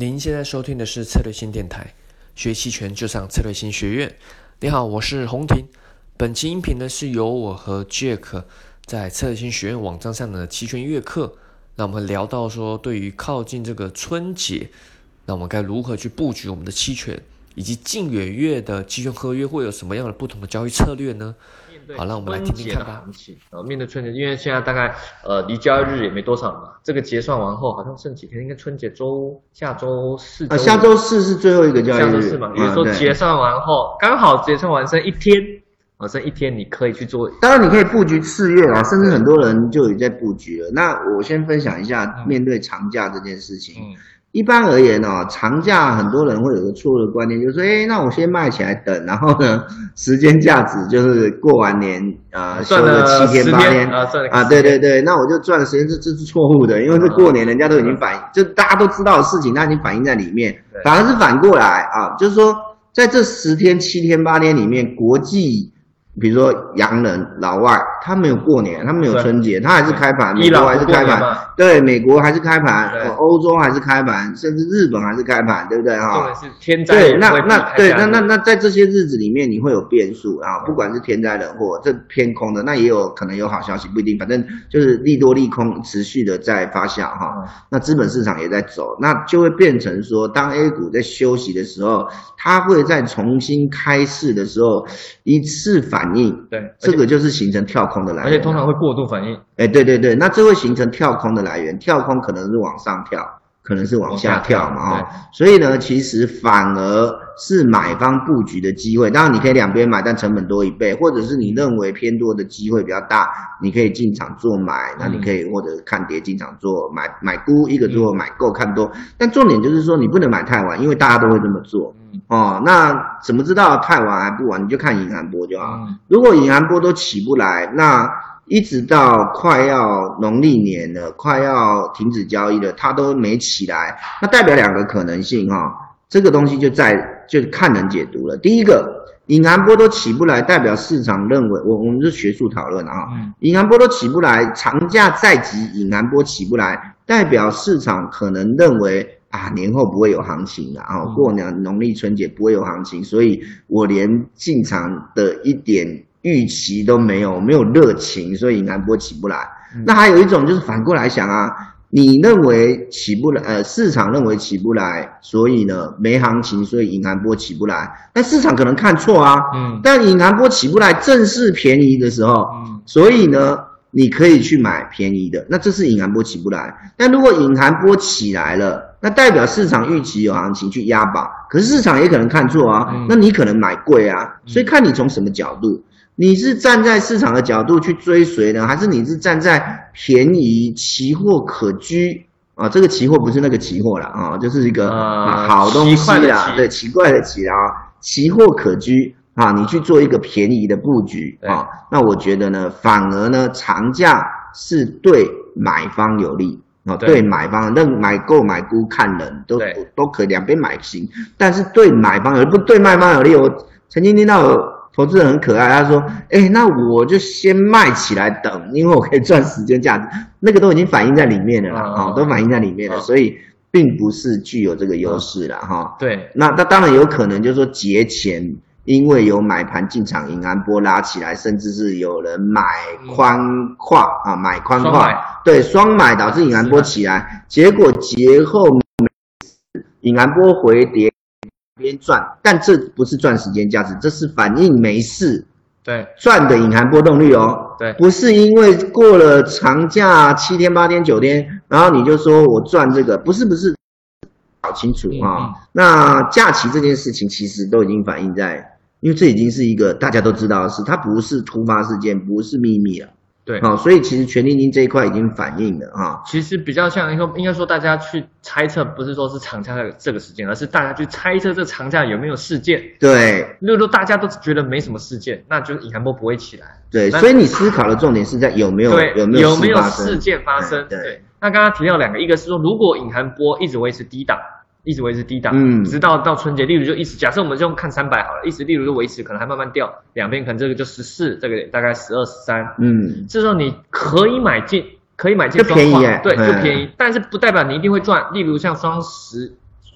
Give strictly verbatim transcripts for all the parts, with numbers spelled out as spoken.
您现在收听的是策略性电台，学期权就上策略性学院。你好，我是洪婷。本期音频呢是由我和 Jack 在策略性学院网站上的期权月课。那我们聊到说，对于靠近这个春节，那我们该如何去布局我们的期权，以及近远月的期权合约会有什么样的不同的交易策略呢？好，那我们来听听看吧。 呃，面对春节，因为现在大概呃离交易日也没多少了嘛，这个结算完后好像剩几天，应该春节周下周四周、 啊，下周四是最后一个交易日， 下周四嘛，也就是说结算完后刚、嗯、好结算完剩一天，啊，剩一天你可以去做。 当然你可以布局次月啊，甚至很多人就已经在布局了。那我先分享一下面对长假这件事情。嗯嗯一般而言哦，长假很多人会有个错误的观念，就是说，哎，那我先卖起来等，然后呢，时间价值就是过完年，呃，休了七天八天啊， 啊，对对对，那我就赚了时间，这这是错误的，因为是过年，人家都已经反映，就大家都知道的事情，它已经反映在里面，反而是反过来啊，就是说，在这十天、七天、八天里面，国际。比如说洋人老外，他没有过年，他没有春节，他还是开盘，美国还是开盘，对，美国还是开盘，欧洲还是开盘，甚至日本还是开盘，对不对哈？ 重点是天灾人祸， 对，那那对，那那那在这些日子里面，你会有变数啊，不管是天灾人祸，这偏空的，那也有可能有好消息，不一定，反正就是利多利空持续的在发酵哈。那资本市场也在走，那就会变成说，当 A 股在休息的时候，它会在重新开市的时候一次反。反应， 对， 这个就是形成跳空的来源， 而且通常会过度反应。 哎，对对对，那这会形成跳空的来源，跳空可能是往上跳，可能是往下跳嘛，哈、哦。所以呢，其实反而是买方布局的机会。当然，你可以两边买，但成本多一倍，或者是你认为偏多的机会比较大，你可以进场做买，那你可以或者看跌进场做买买估，一个做买够看多。但重点就是说，你不能买太晚，因为大家都会这么做。哦，那怎么知道太晚还不晚？你就看隐含波就好。嗯、如果隐含波都起不来，那一直到快要农历年了，快要停止交易了，它都没起来，那代表两个可能性哈、哦。这个东西就在就看人解读了。第一个，隐含波都起不来，代表市场认为我我们是学术讨论啊，嗯、隐含波都起不来，长假在即，隐含波起不来，代表市场可能认为。啊，年后不会有行情的啊，过年农历春节不会有行情，所以我连进场的一点预期都没有，没有热情，所以隐含波起不来。嗯、那还有一种就是反过来想啊，你认为起不来，呃，市场认为起不来，所以呢没行情，所以隐含波起不来。但市场可能看错啊，嗯，但隐含波起不来，正是便宜的时候，嗯，所以呢。你可以去买便宜的，那这是隐含波起不来。但如果隐含波起来了，那代表市场预期有行情去押宝，可是市场也可能看错啊，嗯、那你可能买贵啊。所以看你从什么角度，你是站在市场的角度去追随呢，还是你是站在便宜期货可居啊？这个期货不是那个期货啦啊，就是一个、呃、好东西啦，对，奇怪的奇啊，期货可居。啊，你去做一个便宜的布局啊，那我觉得呢，反而呢，长假是对买方有利啊，对买方认买购买估看人都都可以两边买行，但是对买方有利不对卖方有利。我曾经听到有投资人很可爱，他说：“哎，那我就先卖起来等，因为我可以赚时间价值。”那个都已经反映在里面了啦，啊、哦，都反映在里面了，所以并不是具有这个优势了哈。 对， 那那当然有可能就是说节前。因为有买盘进场，隐含波拉起来，甚至是有人买宽跨、嗯、啊，买宽跨，对，双买导致隐含波起来，结果节后隐含波回跌边赚，但这不是赚时间价值，这是反映没事， 对， 赚的隐含波动率哦， 对， 不是因为过了长假七天八天九天，然后你就说我赚这个，不是不是。搞清楚啊、哦！那假期这件事情其实都已经反映在，因为这已经是一个大家都知道的事，它不是突发事件，不是秘密了。 对， 啊、哦，所以其实权利金这一块已经反映了啊、哦。 其实比较像应该应该说大家去猜测，不是说是长假的这个时间，而是大家去猜测这长假有没有事件。 对， 如果说大家都觉得没什么事件，那就是隐含波不会起来。 对，所以你思考的重点是在有没有有没有有没有事件发生？对。对那刚刚提到两个，一个是说，如果隐含波一直维持低档，一直维持低档，嗯，直到到春节，例如就一直，假设我们就用看三百好了，一直例如就维持，可能还慢慢掉，两边可能这个就十四，这个大概十二、十三，嗯，这时候你可以买进，可以买进就便宜耶， 对，就便宜，但是不代表你一定会赚。例如像双十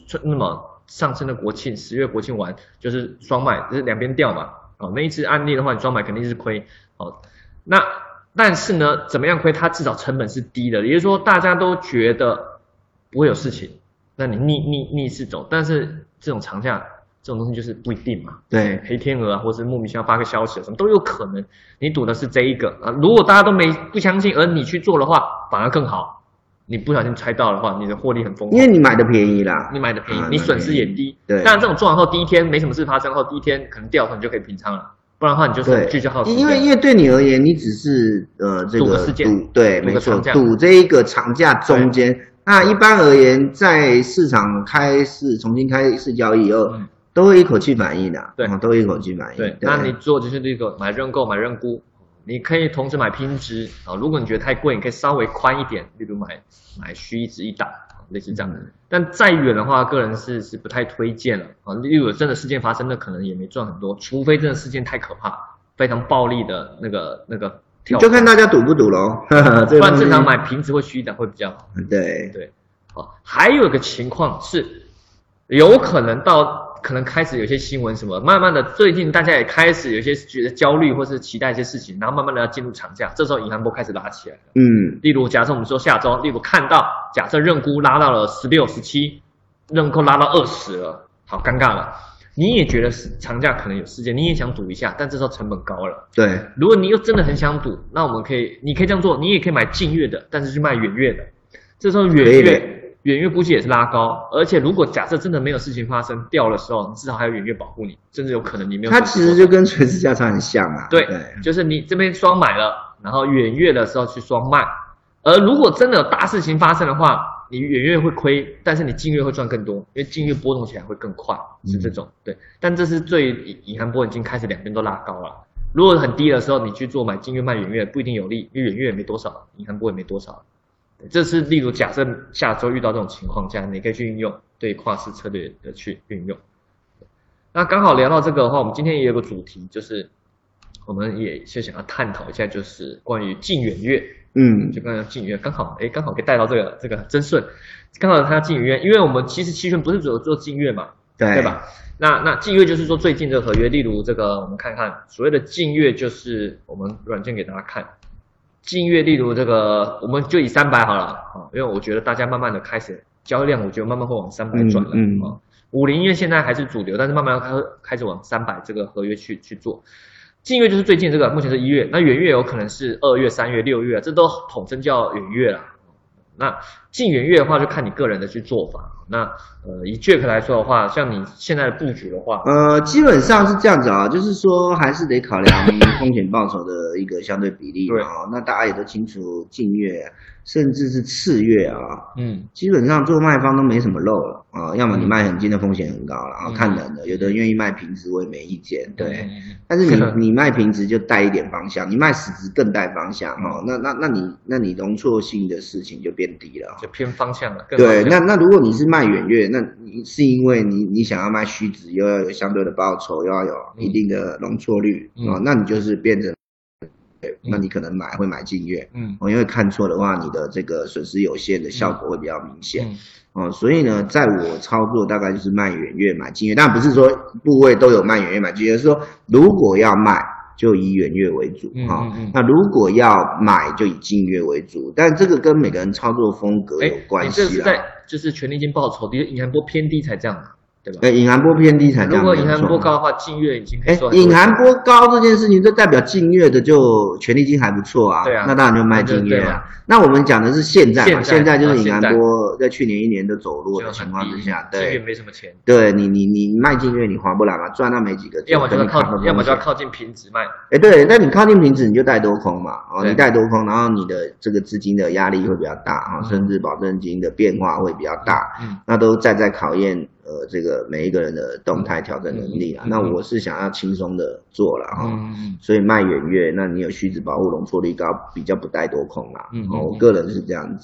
那么上次的国庆十月国庆完就是双买，就是两边掉嘛。哦，那一次案例的话，你双买肯定是亏。哦，那但是呢，怎么样亏？它至少成本是低的，也就是说大家都觉得不会有事情，那你逆逆逆势走，但是这种长假这种东西就是不一定嘛。 对， 黑天鹅啊，或是莫名其妙发个消息，什么都有可能。你赌的是这一个啊，如果大家都没不相信，而你去做的话，反而更好。你不小心猜到的话，你的获利很丰厚， 因为你买的便宜啦， 你买的便宜， 啊、 你损失也低。 对， 当然这种做完后第一天没什么事发生后，第一天可能掉头你就可以平仓了，不然的话你就是聚焦耗时间。 因为因为对你而言，你只是呃这个赌个事件， 赌对，没错， 赌赌这一个长假中间。那一般而言，在市场开市重新开市交易以后，嗯、都会一口气反应的， 对、 嗯，都会一口气反应。 对，对那你做就是这个买认购、买认沽。你可以同时买拼值啊，如果你觉得太贵，你可以稍微宽一点，例如买买虚一值一档，类似这样的。但再远的话，个人是是不太推荐了啊。例如真的事件发生，那可能也没赚很多，除非真的事件太可怕，非常暴力的那个那个跳， 就看大家赌不赌咯。 不然正常买平值或虚档会比较好。 对对，啊，还有一个情况是，有可能到。可能开始有些新闻什么，慢慢的最近大家也开始有些觉得焦虑或是期待一些事情，然后慢慢的要进入长假，这时候银行波开始拉起来了。嗯，例如假设我们说下周，例如看到假设认沽拉到了十六、十七，认购拉到二十了，好尴尬了。你也觉得长假可能有事件，你也想赌一下，但这时候成本高了。 对， 如果你又真的很想赌，那我们可以，你可以这样做，你也可以买近月的，但是去卖远月的。这时候远月。远月估计也是拉高，而且如果假设真的没有事情发生掉的时候，你至少还有远月保护你，甚至有可能你没有。 它其实就跟垂直价差很像啊。 对，对就是你这边双买了，然后远月的时候去双卖，而如果真的有大事情发生的话，你远月会亏，但是你近月会赚更多，因为近月波动起来会更快，是这种。嗯、对，但这是最隐含波已经开始两边都拉高了。如果很低的时候，你去做买近月卖远月不一定有利，因为远月也没多少，隐含波也没多少。这是例如假设下周遇到这种情况下，你可以去运用对跨市策略的去运用。那刚好聊到这个的话，我们今天也有个主题，就是我们也是想要探讨一下，就是关于近远月。嗯，就刚才近远月刚好，哎，刚好可以带到这个这个真顺，刚好它近远月，因为我们其实期权不是只有做近月嘛，对对吧？那那近月就是说最近这个合约，例如这个我们看看所谓的近月，就是我们软件给大家看。近月，例如这个，我们就以三百好了啊，因为我觉得大家慢慢的开始交易量，我觉得慢慢会往三百转了啊。嗯嗯、五零月现在还是主流，但是慢慢要开开始往三百这个合约去去做。近月就是最近这个，目前是一月，那远月有可能是二月、三月、六月，这都统称叫远月啦。那近远月的话，就看你个人的去做法。那呃，以 Jack 来说的话，像你现在的布局的话， 呃，基本上是这样子啊，就是说还是得考量风险报酬的一个相对比例嘛。哦，那大家也都清楚，近月甚至是次月啊，嗯，基本上做卖方都没什么漏了啊，要么你卖很近的风险很高了啊，看人的，有的人愿意卖平值，我也没意见，对。嗯、但是你你卖平值就带一点方向，你卖实值更带方向哈、哦，那那那你那你容错性的事情就变低了， 就偏方向了。 对，那那如果你是卖远月，那你是因为你你想要卖虚值，又要有相对的报酬，又要有一定的容错率啊、嗯哦，那你就是变成。那你可能买会买近月，嗯，哦，因为看错的话，你的这个损失有限的效果会比较明显，嗯、哦，所以呢，在我操作大概就是卖远月买近月，但不是说部位都有卖远月买近月，是说如果要卖就以远月为主，哈、嗯嗯嗯，那如果要买就以近月为主，但这个跟每个人操作风格有关系啦。 欸、你这是在就是权利金报酬，的隐含波偏低才这样嘛。对吧？ 对，隐含波偏低才这样。 如果隐含波高的话，近月已经可以说。 哎，隐含波高这件事情，就代表近月的就权利金还不错啊。 对啊。 那当然就卖近月啊。那我们讲的是现在嘛，现在就是隐含波在去年一年都走弱的情况之下，对。 近月没什么钱。 对你你你卖近月你划不来嘛，赚到没几个。 要么就要靠，要么就要靠近平值卖。 哎，对，那你靠近平值你就带多空嘛，哦，你带多空，然后你的这个资金的压力会比较大啊，甚至保证金的变化会比较大，嗯，那都在在考验。呃，这个每一个人的动态调整能力啊，嗯嗯、那我是想要轻松的做了哈，嗯、所以卖远月，那你有虚值保护容错率高，比较不带多空啦，嗯、哦，我个人是这样子啦。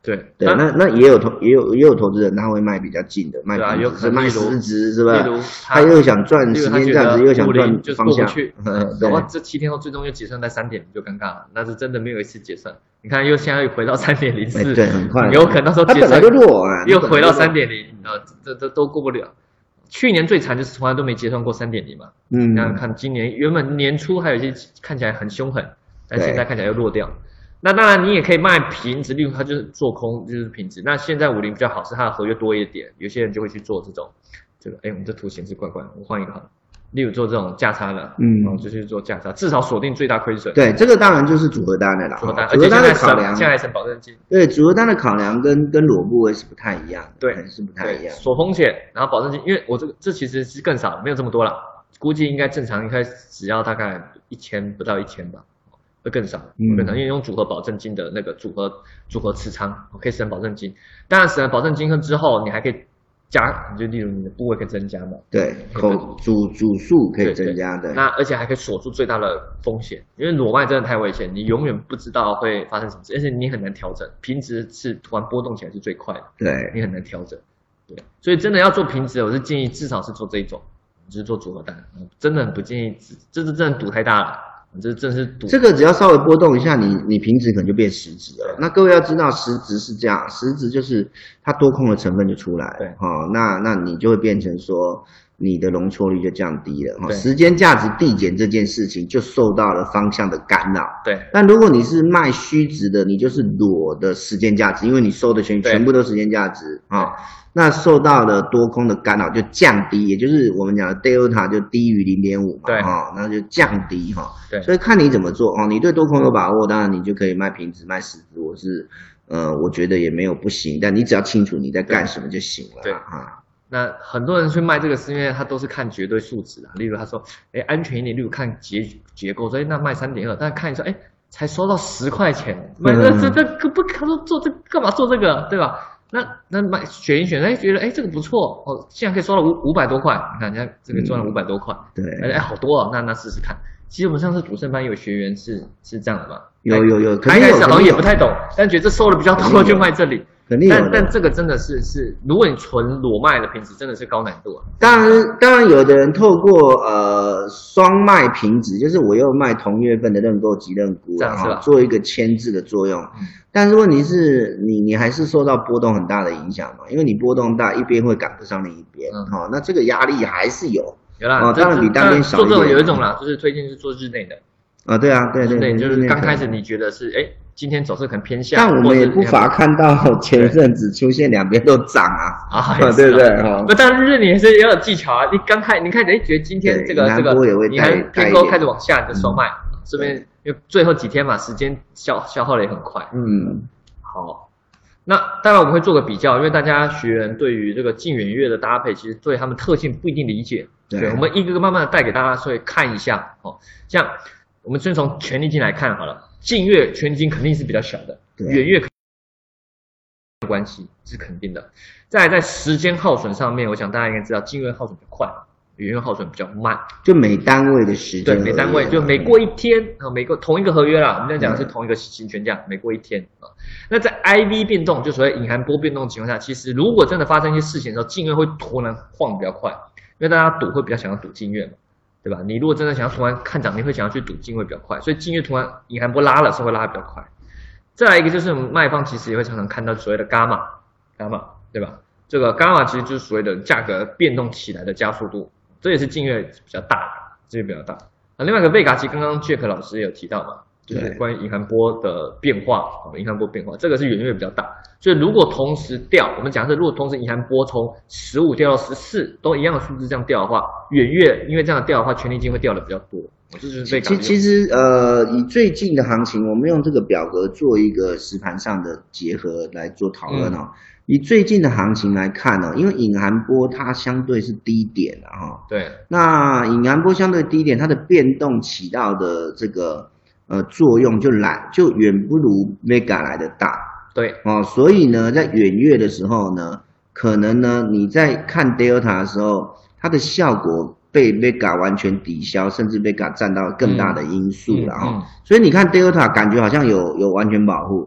对对，那那也有投也有也有投资人他会卖比较近的，卖啊，有可能卖实质是吧？ 例如他又想赚时间价值，又想赚方向， 然后这七天后最终又结算在三点零就尴尬了，那是真的没有一次结算。你看又现在又回到三点零四， 对，很快， 有可能到时候结算它本来就弱啊， 又回到三点零啊，这这都过不了。去年最惨就是从来都没结算过三点零嘛，嗯，那看今年原本年初还有一些看起来很凶狠，但现在看起来又弱掉。那当然，你也可以卖平值，例如它就是做空，就是平值。那现在五零比较好，是它的合约多一点，有些人就会去做这种，这个，哎，我们这图显示怪怪，我换一个好了。例如做这种价差的，嗯，然后就去做价差，至少锁定最大亏损。 对，这个当然就是组合单的啦。 组合单，而且现在考量，现在省保证金。 对，组合单的考量跟跟裸部位是不太一样的， 对， 是不太一样。 锁风险，然后保证金，因为我这个这其实是更少，没有这么多了，估计应该正常应该只要大概一千不到一千吧。会更少，会更少，因为用组合保证金的那个组合组合持仓，可以省保证金。当然省了保证金之后，你还可以加，就例如你的部位可以增加嘛。 对，口组组数可以增加的。 那而且还可以锁住最大的风险，因为裸卖真的太危险，你永远不知道会发生什么事，而且你很难调整。平值是突然波动起来是最快的， 对， 你很难调整。对，所以真的要做平值，我是建议至少是做这一种，就是做组合单，真的很不建议，这是真的赌太大了。这真是赌， 这个只要稍微波动一下，你你平值可能就变实值了。那各位要知道，实值是这样，实值就是它多空的成分就出来了，对，哦，那那你就会变成说你的容错率就降低了，哈，时间价值递减这件事情就受到了方向的干扰， 对。 但如果你是卖虚值的，你就是裸的时间价值，因为你收的全全部都时间价值啊。那受到了多空的干扰就降低，也就是我们讲的 delta 就低于 零点五 嘛，对，哈，那就降低哈，对，所以看你怎么做哦。你对多空有把握，当然你就可以卖平值、卖实值，我是呃，我觉得也没有不行，但你只要清楚你在干什么就行了，对啊。 那很多人去卖这个是因为他都是看绝对数值啊，例如他说，哎，安全一点，例如看结结构，所以那卖 三点二，但看一下，哎，才收到十块钱，卖这这这不，他说做这干嘛做这个，对吧？那那买选一选，哎，觉得哎这个不错哦，竟然可以收到五五百多块，你看人家这个赚了五百多块， 对， 哎好多哦，那那试试看。其实我们上次主胜班有学员是是这样的嘛， 有有有， 他一开始好像也不太懂，但觉得这收的比较多就卖这里， 肯定有。 但但这个真的是是，如果你纯裸卖的品质，真的是高难度啊。 当然当然，有的人透过呃双卖平值，就是我又卖同月份的认购及认沽， 这样是吧？ 做一个牵制的作用。嗯，但是问题是你你还是受到波动很大的影响嘛，因为你波动大，一边会赶不上另一边，嗯，哦，那这个压力还是有。 有啦， 哦，当然比单边少一点。 做这种有一种啦，就是推荐是做日内的。 啊，对啊，对对对，就是刚开始你觉得是，哎，今天走势可能偏向， 但我们也不乏看到前阵子出现两边都涨啊， 啊， 对不对？哈， 不，但日内也是也有技巧啊。你刚开，你开始哎觉得今天这个这个，你看偏高开始往下，你就收卖，这边因为最后几天嘛，时间消消耗的也很快。嗯，好。那当然我们会做个比较，因为大家学员对于这个近远月的搭配，其实对他们特性不一定理解。对，我们一个个慢慢的带给大家，所以看一下哦。像我们先从权利金来看好了，近月权利金肯定是比较小的，远月关系是肯定的。再来在时间耗损上面，我想大家应该知道，近月耗损比较快，远月耗损比较慢。 就每单位的时间， 对，每单位就每过一天啊，每个同一个合约啦，我们在讲的是同一个行权价，每过一天啊。那在 I V 变动，就所谓隐含波变动的情况下，其实如果真的发生一些事情的时候，近月会突然晃比较快，因为大家赌会比较想要赌近月嘛，对吧？你如果真的想要突然看涨，你会想要去赌近月比较快，所以近月突然隐含波拉了，是会拉得比较快。再来一个就是我们卖方其实也会常常看到所谓的伽马，伽马对吧？这个伽马其实就是所谓的价格变动起来的加速度，这也是近月比较大的，这个比较大。那另外一个贝卡其实刚刚 Jack 老师也有提到嘛。就是关于隐含波的变化，隐含波变化，这个是远月比较大。所以如果同时掉，我们假设如果同时隐含波从十五掉到十四，都一样的数字这样掉的话，远月因为这样掉的话，权利金会掉的比较多。这就是被其其实呃，以最近的行情，我们用这个表格做一个实盘上的结合来做讨论哦。嗯、以最近的行情来看呢、哦，因为隐含波它相对是低点的哈、哦。 对。那隐含波相对低点，它的变动起到的这个。呃，作用就来就远不如 Vega 来的大， 对哦，所以呢，在远月的时候呢，可能呢你在看 Delta 的时候，它的效果被 Vega 完全抵消，甚至 Vega 占到更大的因素了哈、嗯嗯嗯。所以你看 Delta 感觉好像有有完全保护，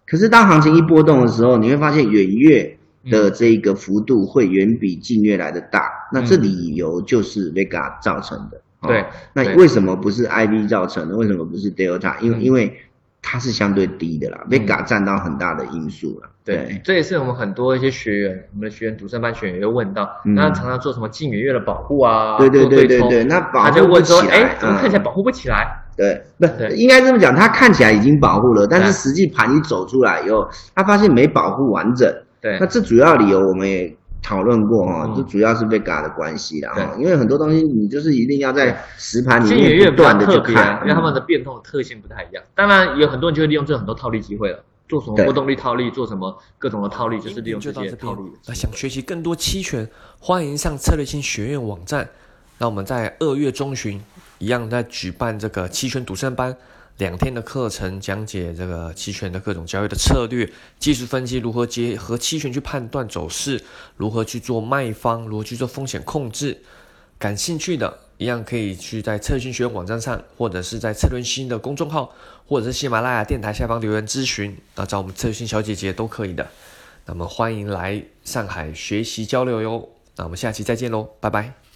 可是当行情一波动的时候，你会发现远月的这个幅度会远比近月来的大，嗯、那这理由就是 Vega 造成的。 对、 哦，那为什么不是 I V 造成的？为什么不是 Delta？ 因为、嗯、因为它是相对低的啦 ，Vega 占到很大的因素啦。 对，对这也是我们很多一些学员，我们的学员独生班学员也会问到， 嗯、 那常常做什么近远月的保护啊？ 对对对对对，那保护不起来， 哎，怎么看起来保护不起来？ 嗯、对，不应该这么讲，他看起来已经保护了，但是实际盘一走出来以后，他发现没保护完整。 对， 那这主要理由我们也讨论过哈、哦，这、嗯、主要是 Vega 的关系啦哈，因为很多东西你就是一定要在实盘里面不断的去看、 啊，因为他们的变动的特性不太一样。当然有很多人就会利用这很多套利机会了，做什么波动率套利，做什么各种的套利，就是利用这些套利。 那想学习更多期权，欢迎上策略星学院网站。那我们在二月中旬一样在举办这个期权独胜班。两天的课程讲解这个期权的各种交易的策略、技术分析，如何结合期权去判断走势，如何去做卖方，如何去做风险控制。感兴趣的，一样可以去在策略星学院网站上，或者是在策略星的公众号，或者是喜马拉雅电台下方留言咨询，那找我们策略星小姐姐都可以的。那么欢迎来上海学习交流哟。那我们下期再见喽，拜拜。